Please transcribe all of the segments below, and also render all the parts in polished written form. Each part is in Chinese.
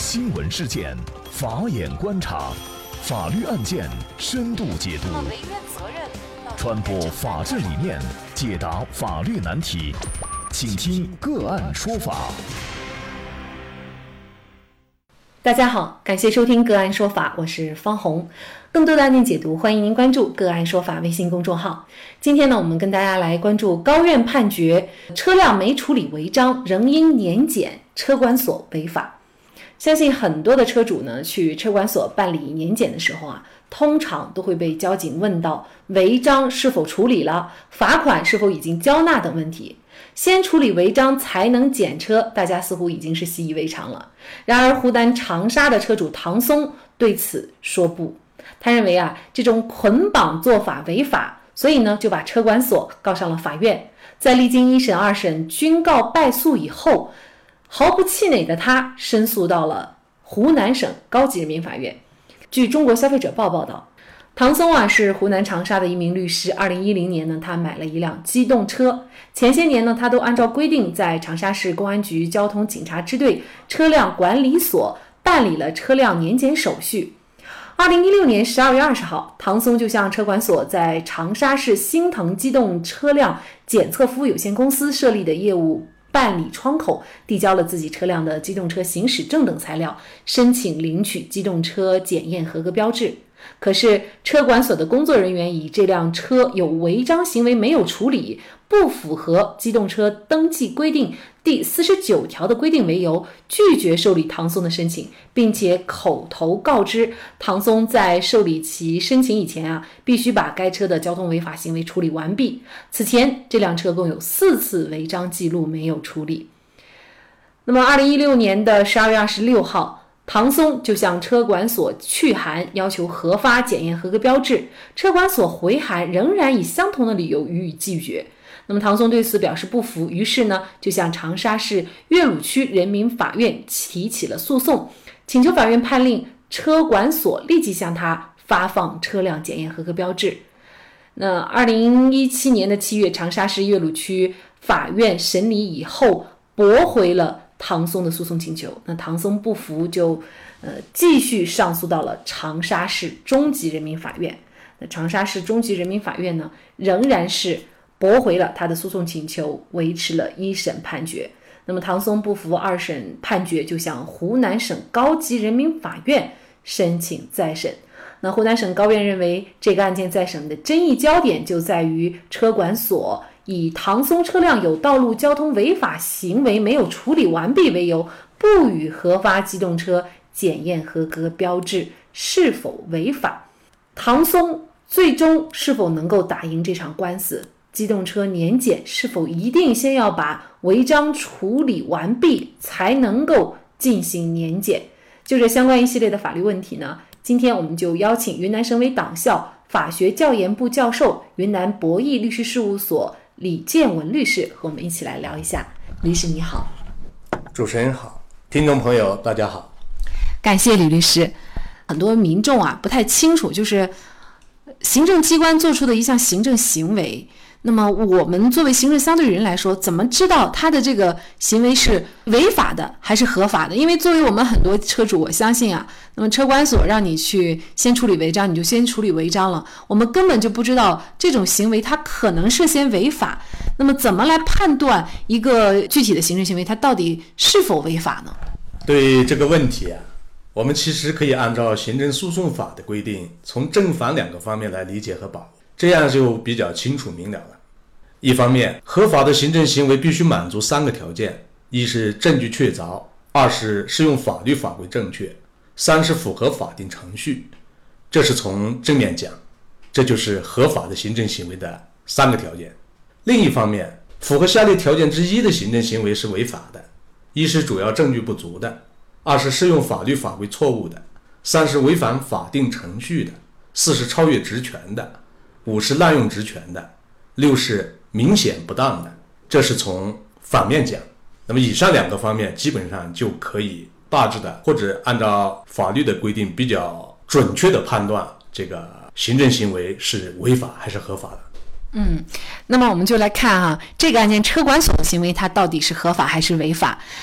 新闻事件，法眼观察，法律案件深度解读，传播法治理念，解答法律难题，请听个案说法。 大家好，感谢收听个案说法，我是方红。更多的案件解读，欢迎您关注个案说法微信公众号。今天呢，我们跟大家来关注高院判决车辆没处理违章仍应年检，车管所违法。相信很多的车主呢，去车管所办理年检的时候通常都会被交警问到违章是否处理了，罚款是否已经交纳等问题。先处理违章才能检车，大家似乎已经是习以为常了。然而湖南长沙的车主唐松对此说不，他认为这种捆绑做法违法，所以呢就把车管所告上了法院。在历经1审2审均告败诉以后，毫不气馁的他申诉到了湖南省高级人民法院。据中国消费者报报道，唐松是湖南长沙的一名律师。2010年呢，他买了一辆机动车。前些年呢，他都按照规定在长沙市公安局交通警察支队车辆管理所办理了车辆年检手续。2016年12月20号，唐松就向车管所在长沙市新腾机动车辆检测服务有限公司设立的业务办理窗口递交了自己车辆的机动车行驶证等材料，申请领取机动车检验合格标志。可是车管所的工作人员以这辆车有违章行为没有处理，不符合机动车登记规定第49条的规定为由，拒绝受理唐松的申请，并且口头告知唐松在受理其申请以前必须把该车的交通违法行为处理完毕。此前这辆车共有4次违章记录没有处理。那么2016年的12月26号，唐松就向车管所去函，要求核发检验合格标志。车管所回函仍然以相同的理由予以拒绝。那么唐松对此表示不服，于是呢就向长沙市岳麓区人民法院提起了诉讼，请求法院判令车管所立即向他发放车辆检验合格标志。那2017年的7月，长沙市岳麓区法院审理以后驳回了唐松的诉讼请求。那唐松不服，就继续上诉到了长沙市中级人民法院。那长沙市中级人民法院呢，仍然是驳回了他的诉讼请求，维持了1审判决。那么唐松不服2审判决，就向湖南省高级人民法院申请再审。那湖南省高院认为，这个案件再审的争议焦点就在于车管所以唐松车辆有道路交通违法行为没有处理完毕为由，不予核发机动车检验合格标志，是否违法？唐松最终是否能够打赢这场官司？机动车年检是否一定先要把违章处理完毕才能够进行年检？就这相关一系列的法律问题呢，今天我们就邀请云南省委党校法学教研部教授、云南博弈律师事务所李建文律师和我们一起来聊一下。律师你好。 主持人好，听众朋友大家好。 感谢李律师。很多民众不太清楚，就是行政机关做出的一项行政行为，那么我们作为行政相对人来说，怎么知道他的这个行为是违法的还是合法的？因为作为我们很多车主，我相信那么车管所让你去先处理违章，你就先处理违章了，我们根本就不知道这种行为它可能涉嫌违法。那么怎么来判断一个具体的行政行为它到底是否违法呢？ 对这个问题我们其实可以按照行政诉讼法的规定，从正反2个方面来理解和把握，这样就比较清楚明了了。一方面，合法的行政行为必须满足3个条件：一是证据确凿，2是适用法律法规正确，3是符合法定程序。这是从正面讲，这就是合法的行政行为的3个条件。另一方面，符合下列条件之一的行政行为是违法的：一是主要证据不足的，2是适用法律法规错误的，3是违反法定程序的，4是超越职权的，5是滥用职权的，6是明显不当的。这是从反面讲。那么以上2个方面基本上就可以大致的或者按照法律的规定比较准确的判断这个行政行为是违法还是合法的。 那么我们就来看这个案件车管所的行为它到底是合法还是违法。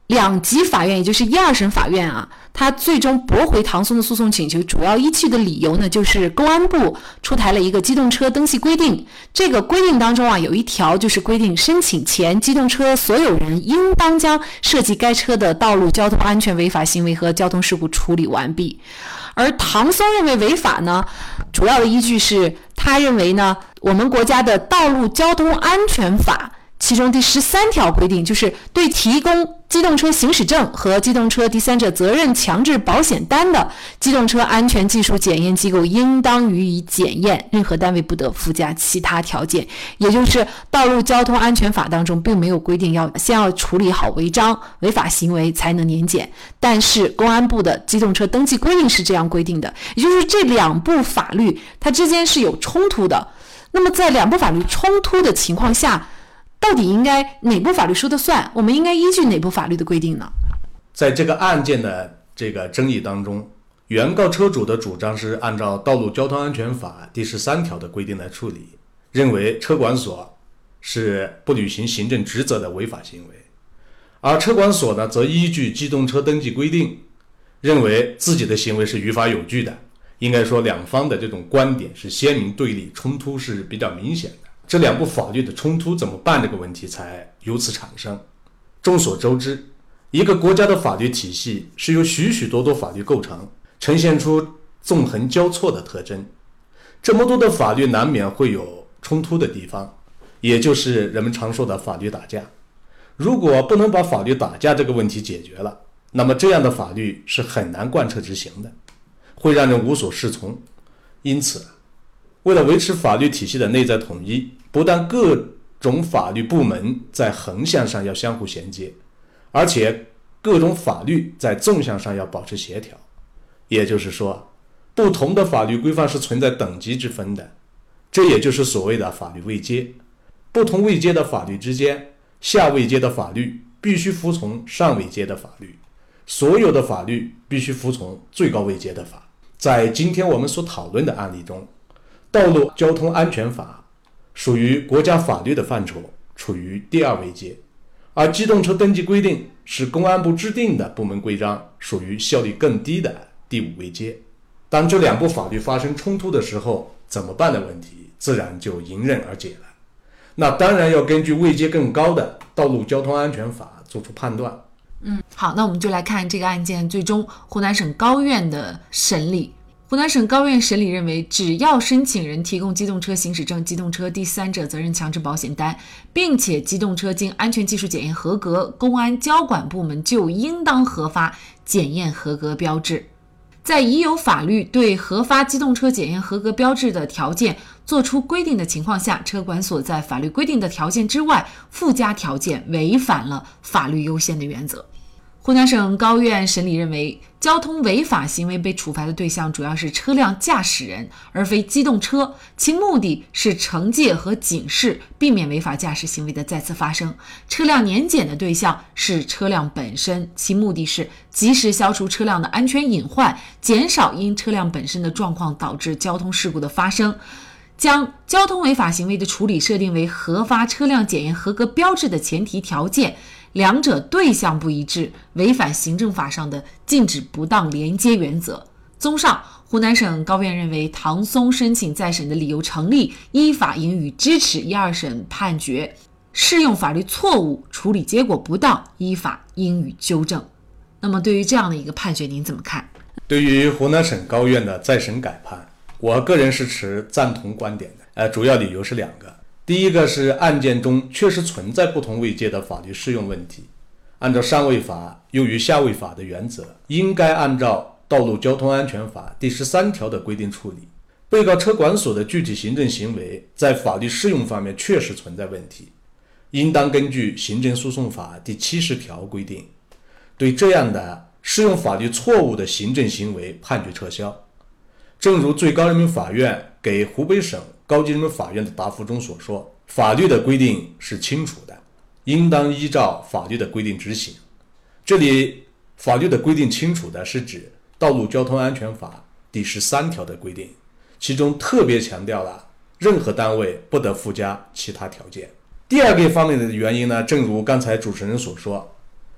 两级法院，也就是1、2审法院啊，他最终驳回唐松的诉讼请求，主要依据的理由呢，就是公安部出台了一个机动车登记规定。这个规定当中啊，有一条就是规定申请前，机动车所有人应当将涉及该车的道路交通安全违法行为和交通事故处理完毕。而唐松认为违法呢，主要的依据是他认为呢，我们国家的道路交通安全法其中第13条规定，就是对提供机动车行驶证和机动车第三者责任强制保险单的机动车安全技术检验机构应当予以检验，任何单位不得附加其他条件。也就是道路交通安全法当中并没有规定先要处理好违章违法行为才能年检，但是公安部的机动车登记规定是这样规定的，也就是这两部法律它之间是有冲突的。那么在两部法律冲突的情况下，到底应该哪部法律说的算？我们应该依据哪部法律的规定呢？ 在这个案件的这个争议当中，原告车主的主张是按照《道路交通安全法》第13条的规定来处理，认为车管所是不履行行政职责的违法行为，而车管所呢，则依据机动车登记规定，认为自己的行为是于法有据的。应该说，两方的这种观点是鲜明对立，冲突是比较明显的。这两部法律的冲突怎么办这个问题才由此产生。众所周知，一个国家的法律体系是由许许多多法律构成，呈现出纵横交错的特征。这么多的法律难免会有冲突的地方，也就是人们常说的法律打架。如果不能把法律打架这个问题解决了，那么这样的法律是很难贯彻执行的，会让人无所适从。因此，为了维持法律体系的内在统一，不但各种法律部门在横向上要相互衔接，而且各种法律在纵向上要保持协调。也就是说，不同的法律规范是存在等级之分的，这也就是所谓的法律位阶。不同位阶的法律之间，下位阶的法律必须服从上位阶的法律，所有的法律必须服从最高位阶的法。在今天我们所讨论的案例中，道路交通安全法属于国家法律的范畴，处于第2位阶，而机动车登记规定是公安部制定的部门规章，属于效率更低的第5位阶。当这两部法律发生冲突的时候，怎么办的问题自然就迎刃而解了。那当然要根据位阶更高的道路交通安全法做出判断。 好，那我们就来看这个案件最终湖南省高院的审理。湖南省高院审理认为，只要申请人提供机动车行驶证、机动车第三者责任强制保险单，并且机动车经安全技术检验合格，公安交管部门就应当核发检验合格标志。在已有法律对核发机动车检验合格标志的条件作出规定的情况下，车管所在法律规定的条件之外附加条件，违反了法律优先的原则。湖南省高院审理认为，交通违法行为被处罚的对象主要是车辆驾驶人，而非机动车，其目的是惩戒和警示，避免违法驾驶行为的再次发生。车辆年检的对象是车辆本身，其目的是及时消除车辆的安全隐患，减少因车辆本身的状况导致交通事故的发生。将交通违法行为的处理设定为核发车辆检验合格标志的前提条件，两者对象不一致，违反行政法上的禁止不当连接原则。综上，湖南省高院认为唐松申请再审的理由成立，依法应予支持1、2审判决；适用法律错误，处理结果不当，依法应予纠正。那么对于这样的一个判决，您怎么看？ 对于湖南省高院的再审改判，我个人是持赞同观点的。主要理由是2个。第一个是案件中确实存在不同位阶的法律适用问题，按照上位法优于下位法的原则，应该按照《道路交通安全法》第13条的规定处理。被告车管所的具体行政行为在法律适用方面确实存在问题，应当根据《行政诉讼法》第70条规定，对这样的适用法律错误的行政行为判决撤销。正如最高人民法院给湖北省高级人民法院的答复中所说，法律的规定是清楚的，应当依照法律的规定执行。这里法律的规定清楚的是指《道路交通安全法》第13条的规定，其中特别强调了任何单位不得附加其他条件。第二个方面的原因呢，正如刚才主持人所说，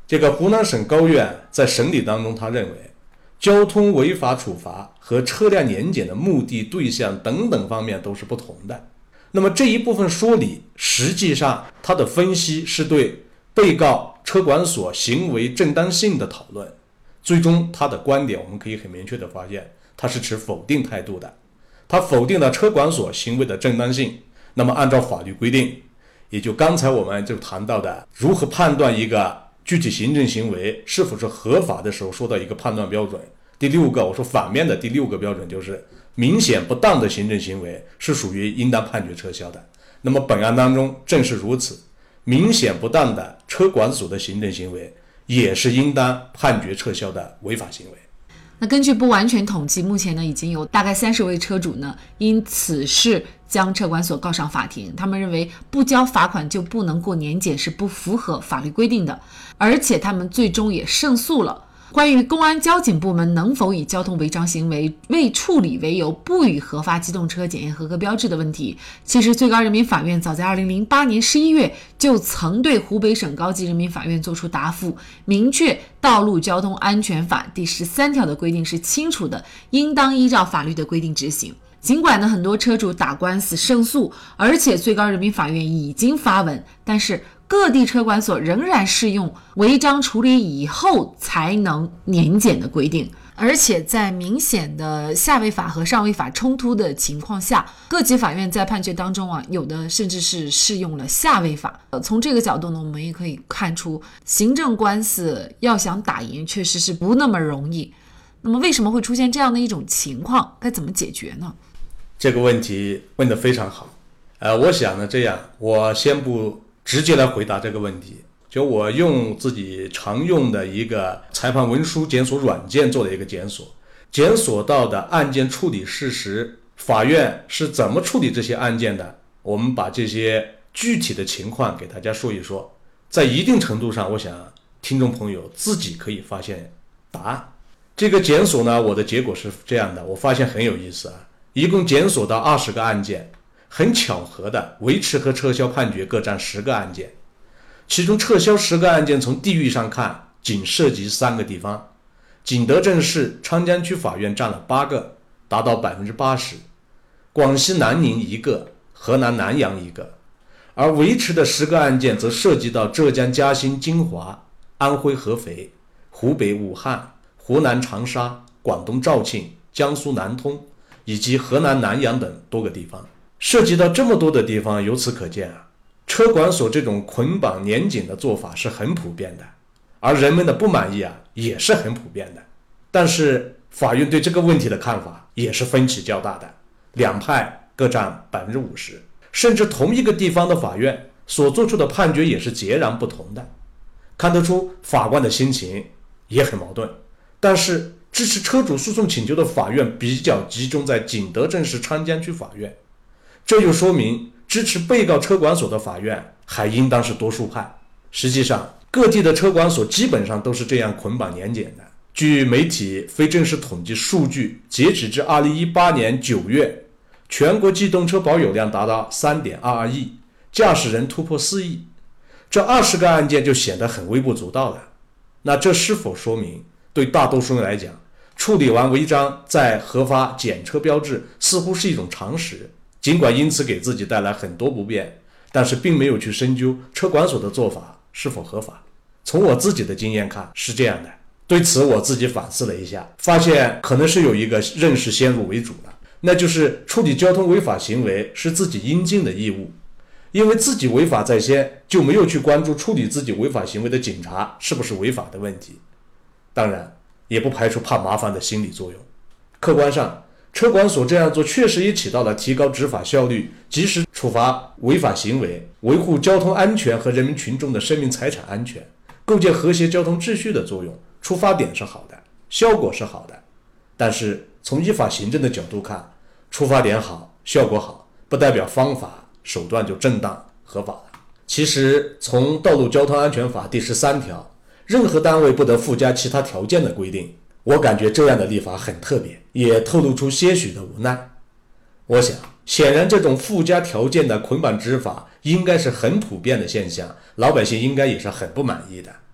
这个湖南省高院在审理当中，他认为交通违法处罚和车辆年检的目的、对象等等方面都是不同的。那么这一部分说理，实际上他的分析是对被告车管所行为正当性的讨论。最终他的观点我们可以很明确的发现，他是持否定态度的。他否定了车管所行为的正当性。那么按照法律规定，也就刚才我们就谈到的如何判断一个具体行政行为是否是合法的时候，说到一个判断标准。第六个，我说反面的第六个标准就是明显不当的行政行为是属于应当判决撤销的。那么本案当中正是如此，明显不当的车管所的行政行为也是应当判决撤销的违法行为。 那根据不完全统计，目前呢已经有大概30位车主呢因此事将车管所告上法庭。他们认为不交罚款就不能过年检是不符合法律规定的，而且他们最终也胜诉了。关于公安交警部门能否以交通违章行为未处理为由不予核发机动车检验合格标志的问题，其实最高人民法院早在2008年11月就曾对湖北省高级人民法院作出答复，明确《道路交通安全法》第13条的规定是清楚的，应当依照法律的规定执行。尽管呢很多车主打官司胜诉，而且最高人民法院已经发文，但是各地车管所仍然适用违章处理以后才能年检的规定。而且在明显的下位法和上位法冲突的情况下，各级法院在判决当中有的甚至是适用了下位法。从这个角度呢，我们也可以看出行政官司要想打赢确实是不那么容易。那么为什么会出现这样的一种情况，该怎么解决呢？ 这个问题问得非常好。我想呢这样，我先不直接来回答这个问题，就我用自己常用的一个裁判文书检索软件做的一个检索，检索到的案件处理事实，法院是怎么处理这些案件的，我们把这些具体的情况给大家说一说。在一定程度上，我想听众朋友自己可以发现答案。这个检索呢，我的结果是这样的，我发现很有意思一共检索到20个案件，很巧合的维持和撤销判决各占10个案件，其中撤销10个案件从地域上看仅涉及3个地方，景德镇市昌江区法院占了8个，达到 80%， 广西南宁1个，河南南阳1个。而维持的10个案件则涉及到浙江嘉兴金华、安徽合肥、湖北武汉、湖南长沙、广东肇庆、江苏南通以及河南南阳等多个地方。涉及到这么多的地方，由此可见车管所这种捆绑年检的做法是很普遍的，而人们的不满意也是很普遍的。但是法院对这个问题的看法也是分歧较大的，两派各占 50%， 甚至同一个地方的法院所做出的判决也是截然不同的。看得出法官的心情也很矛盾，但是支持车主诉讼请求的法院比较集中在景德镇市昌江区法院，这又说明支持被告车管所的法院还应当是多数派。实际上各地的车管所基本上都是这样捆绑年检的。据媒体非正式统计数据，截止至2018年9月，全国机动车保有量达到 3.22 亿，驾驶人突破4亿，这20个案件就显得很微不足道了。那这是否说明对大多数人来讲，处理完违章再核发检车标志似乎是一种常识，尽管因此给自己带来很多不便，但是并没有去深究车管所的做法是否合法。从我自己的经验看是这样的，对此我自己反思了一下，发现可能是有一个认识先入为主的，那就是处理交通违法行为是自己应尽的义务，因为自己违法在先，就没有去关注处理自己违法行为的警察是不是违法的问题。当然也不排除怕麻烦的心理作用。客观上车管所这样做确实也起到了提高执法效率、及时处罚违法行为、维护交通安全和人民群众的生命财产安全、构建和谐交通秩序的作用。出发点是好的，效果是好的，但是从依法行政的角度看，出发点好，效果好，不代表方法手段就正当合法了。其实从《道路交通安全法》第13条，任何单位不得附加其他条件的规定，我感觉这样的立法很特别，也透露出些许的无奈。我想显然这种附加条件的捆绑执法应该是很普遍的现象，老百姓应该也是很不满意的。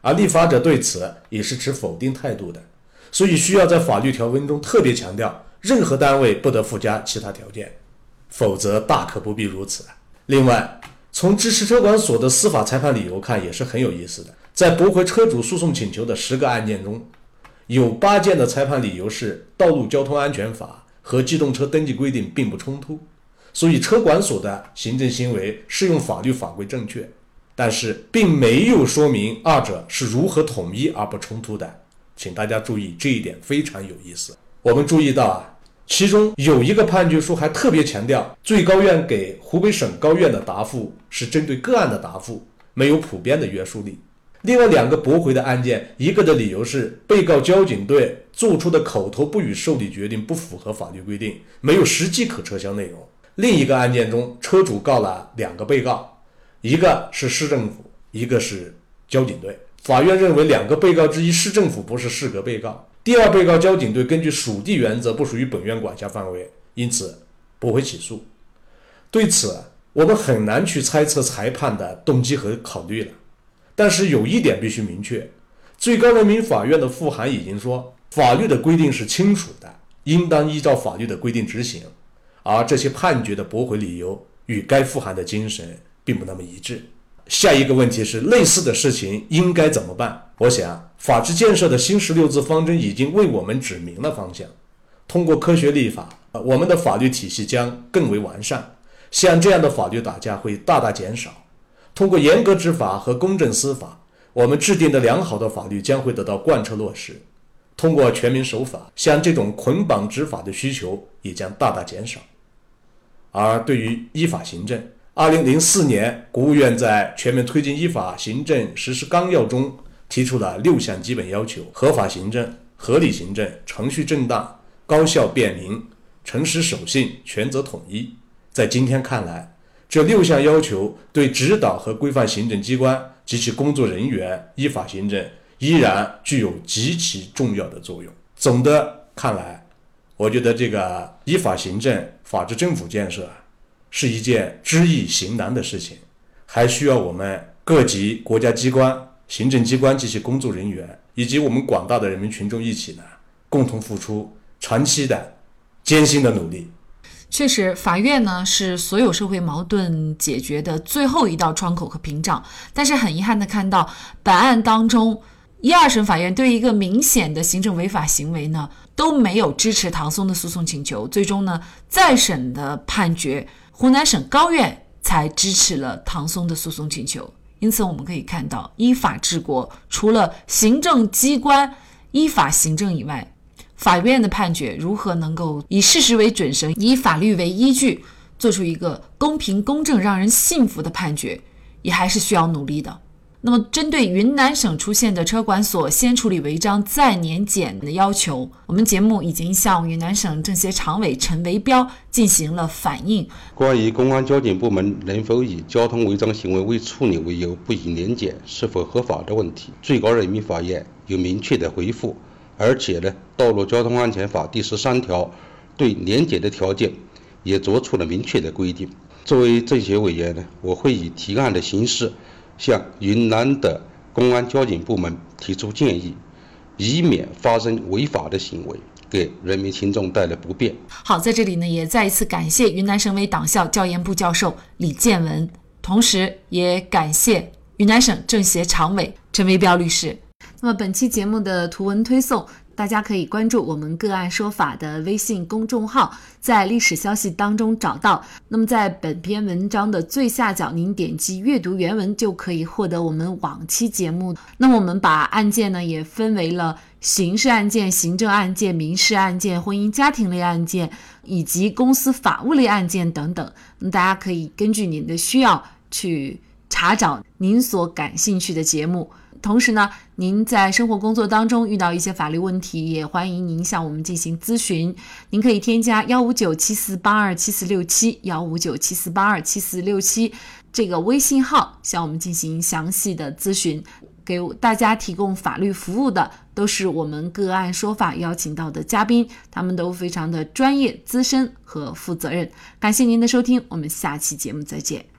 而立法者对此也是持否定态度的，所以需要在法律条文中特别强调，任何单位不得附加其他条件，否则大可不必如此。另外，从支持车管所的司法裁判理由看也是很有意思的，在驳回车主诉讼请求的10个案件中，有8件的裁判理由是道路交通安全法和机动车登记规定并不冲突，所以车管所的行政行为适用法律法规正确，但是并没有说明二者是如何统一而不冲突的。请大家注意，这一点非常有意思。我们注意到其中有一个判决书还特别强调，最高院给湖北省高院的答复是针对个案的答复，没有普遍的约束力。另外2个驳回的案件，一个的理由是被告交警队做出的口头不予受理决定不符合法律规定，没有实际可撤销内容。另一个案件中，车主告了2个被告，一个是市政府，一个是交警队。法院认为2个被告之一市政府不是适格被告，第2被告交警队根据属地原则不属于本院管辖范围，因此驳回起诉。对此我们很难去猜测裁判的动机和考虑了，但是有一点必须明确，最高人民法院的复函已经说，法律的规定是清楚的，应当依照法律的规定执行，而这些判决的驳回理由与该复函的精神并不那么一致。下一个问题是，类似的事情应该怎么办？我想，法治建设的新16字方针已经为我们指明了方向。通过科学立法，我们的法律体系将更为完善，像这样的法律打架会大大减少。通过严格执法和公正司法，我们制定的良好的法律将会得到贯彻落实。通过全民守法，像这种捆绑执法的需求也将大大减少。而对于依法行政，2004年国务院在全面推进依法行政实施纲要中提出了6项基本要求：合法行政、合理行政、程序正当、高效便民、诚实守信、权责统一。在今天看来，这6项要求对指导和规范行政机关及其工作人员依法行政依然具有极其重要的作用。总的看来，我觉得这个依法行政、法治政府建设是一件知易行难的事情，还需要我们各级国家机关、行政机关及其工作人员，以及我们广大的人民群众一起共同付出长期的艰辛的努力。 确实，法院呢是所有社会矛盾解决的最后一道窗口和屏障，但是很遗憾的看到，本案当中1、2审法院对一个明显的行政违法行为呢都没有支持唐松的诉讼请求，最终呢再审的判决，湖南省高院才支持了唐松的诉讼请求。因此我们可以看到，依法治国除了行政机关依法行政以外，法院的判决如何能够以事实为准绳，以法律为依据，做出一个公平公正让人信服的判决，也还是需要努力的。那么针对云南省出现的车管所先处理违章再年检的要求，我们节目已经向云南省政协常委陈维彪进行了反映。 关于公安交警部门能否以交通违章行为未处理为由不予年检是否合法的问题，最高人民法院有明确的回复，而且道路交通安全法第13条对年检的条件也作出了明确的规定。作为政协委员我会以提案的形式向云南的公安交警部门提出建议，以免发生违法的行为，给人民群众带来不便。 好，在这里呢，也再一次感谢云南省委党校教研部教授李建文，同时也感谢云南省政协常委陈维彪律师。那么本期节目的图文推送，大家可以关注我们个案说法的微信公众号，在历史消息当中找到。那么在本篇文章的最下角，您点击阅读原文就可以获得我们往期节目。那么我们把案件呢也分为了刑事案件、行政案件、民事案件、婚姻家庭类案件以及公司法务类案件等等。那大家可以根据您的需要去查找您所感兴趣的节目。同时呢，您在生活工作当中遇到一些法律问题，也欢迎您向我们进行咨询。您可以添加15974827467 15974827467这个微信号向我们进行详细的咨询。给大家提供法律服务的都是我们个案说法邀请到的嘉宾，他们都非常的专业、资深和负责任。感谢您的收听，我们下期节目再见。